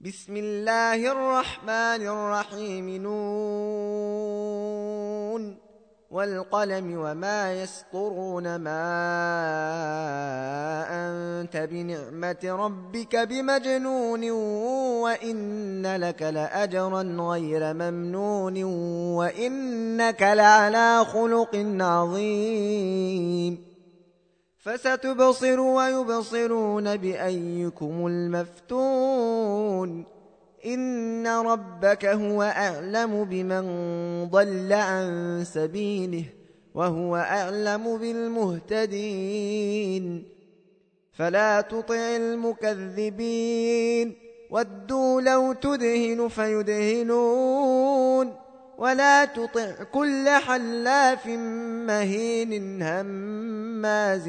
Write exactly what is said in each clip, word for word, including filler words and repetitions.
بسم الله الرحمن الرحيم نون والقلم وما يسطرون ما أنت بنعمة ربك بمجنون وإن لك لأجرا غير ممنون وإنك لعلى خلق عظيم فستبصر ويبصرون بأيكم المفتون إن ربك هو أعلم بمن ضل عن سبيله وهو أعلم بالمهتدين فلا تطع المكذبين ودوا لو تدهن فيدهنون ولا تطع كل حلاف مهين هماز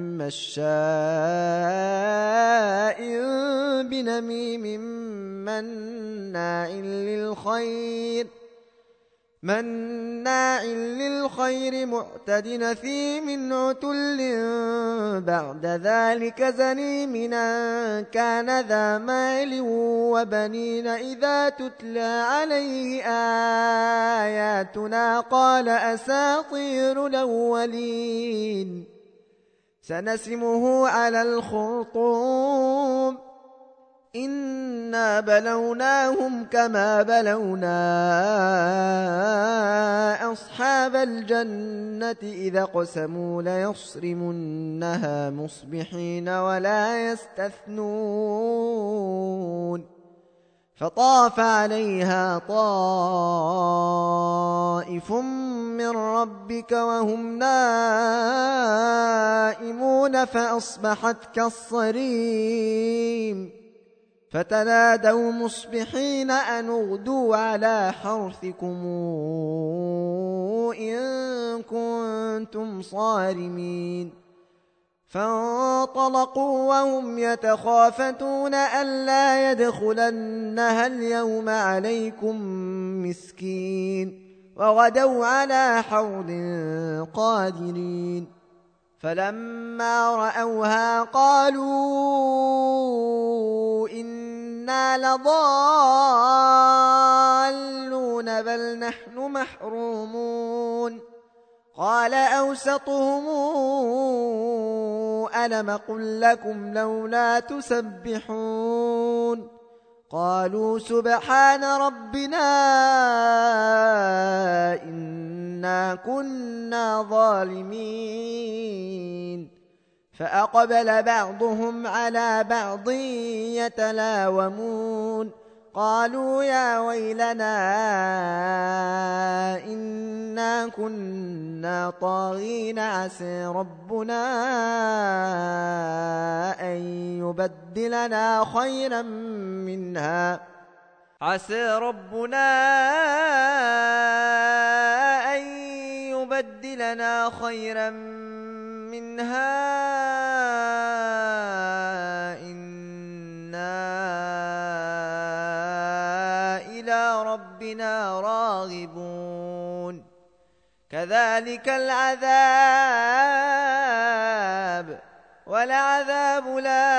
مشاء بنميم مناع للخير مناع للخير معتد نثيم عتل بعد ذلك زنيم أن كان ذا مال وبنين إذا تتلى عليه آياتنا قال أساطير الأولين سنسمه على الخرطوم إنا بلوناهم كما بلونا أصحاب الجنة إذا قسموا ليصرمنها مصبحين ولا يستثنون فطاف عليها طائف من ربك وهم نائمون فأصبحت كالصريم فتنادوا مصبحين أن اغدوا على حرثكم إن كنتم صارمين فانطلقوا وهم يتخافتون ألا يدخلنها اليوم عليكم مسكين وغدوا على حوض قادرين فلما رأوها قالوا إنا لضالون بل نحن محرومون قال أوسطهم ألم قل لكم لولا تسبحون قالوا سبحان ربنا إنا كنا ظالمين فأقبل بعضهم على بعض يتلاومون قالوا يا ويلنا إنا كنا طاغين عسى ربنا أن يبدلنا خيرا منها عسى ربنا أن يبدلنا خيرا منها إنا إلى ربنا راغبون كذلك العذاب ولعذاب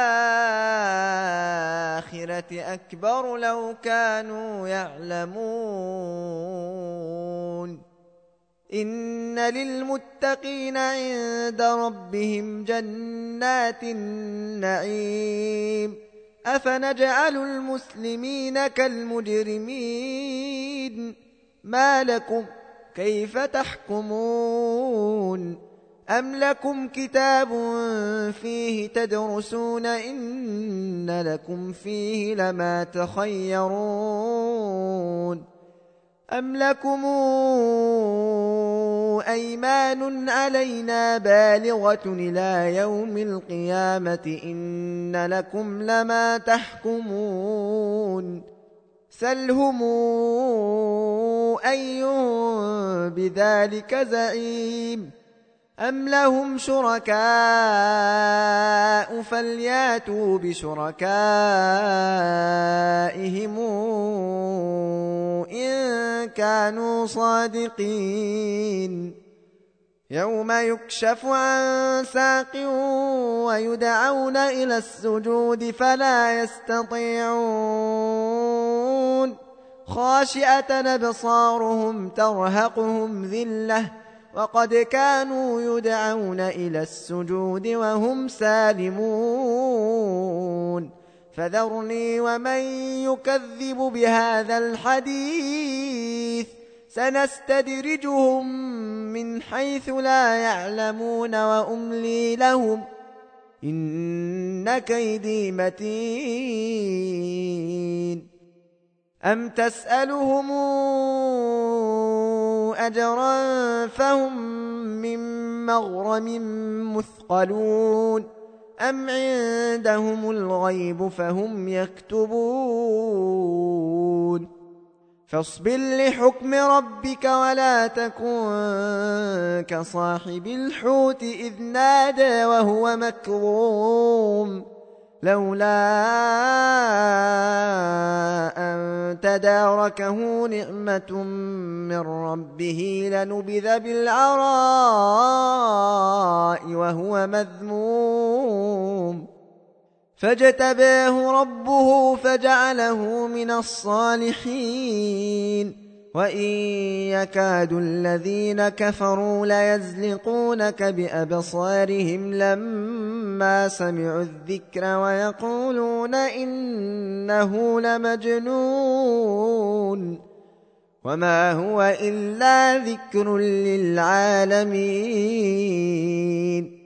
الآخرة أكبر لو كانوا يعلمون إن للمتقين عند ربهم جنات النعيم أفنجعل المسلمين كالمجرمين ما لكم كيف تحكمون أم لكم كتاب فيه تدرسون إن لكم فيه لما تخيرون أم لكم أيمان علينا بالغة إلى يوم القيامة إن لكم لما تحكمون سلهم أيهم بذلك زعيم أم لهم شركاء فلياتوا بشركائهم إن كانوا صادقين يوم يكشف عن ساق ويدعون إلى السجود فلا يستطيعون خاشعة أبصارهم ترهقهم ذلة وقد كانوا يدعون إلى السجود وهم سالمون فذرني ومن يكذب بهذا الحديث سنستدرجهم من حيث لا يعلمون وأملي لهم إن كيدي متين أم تسألهم أجرا فهم من مغرم مثقلون أم عندهم الغيب فهم يكتبون فاصبر لحكم ربك ولا تكن كصاحب الحوت إذ نادى وهو مكظوم لولا أن تداركه نعمة من ربه لنبذ بالعراء وهو مذموم فاجتباه ربه فجعله من الصالحين وإن يكاد الذين كفروا ليزلقونك بأبصارهم لما سمعوا الذكر ويقولون إنه لمجنون وما هو إلا ذكر للعالمين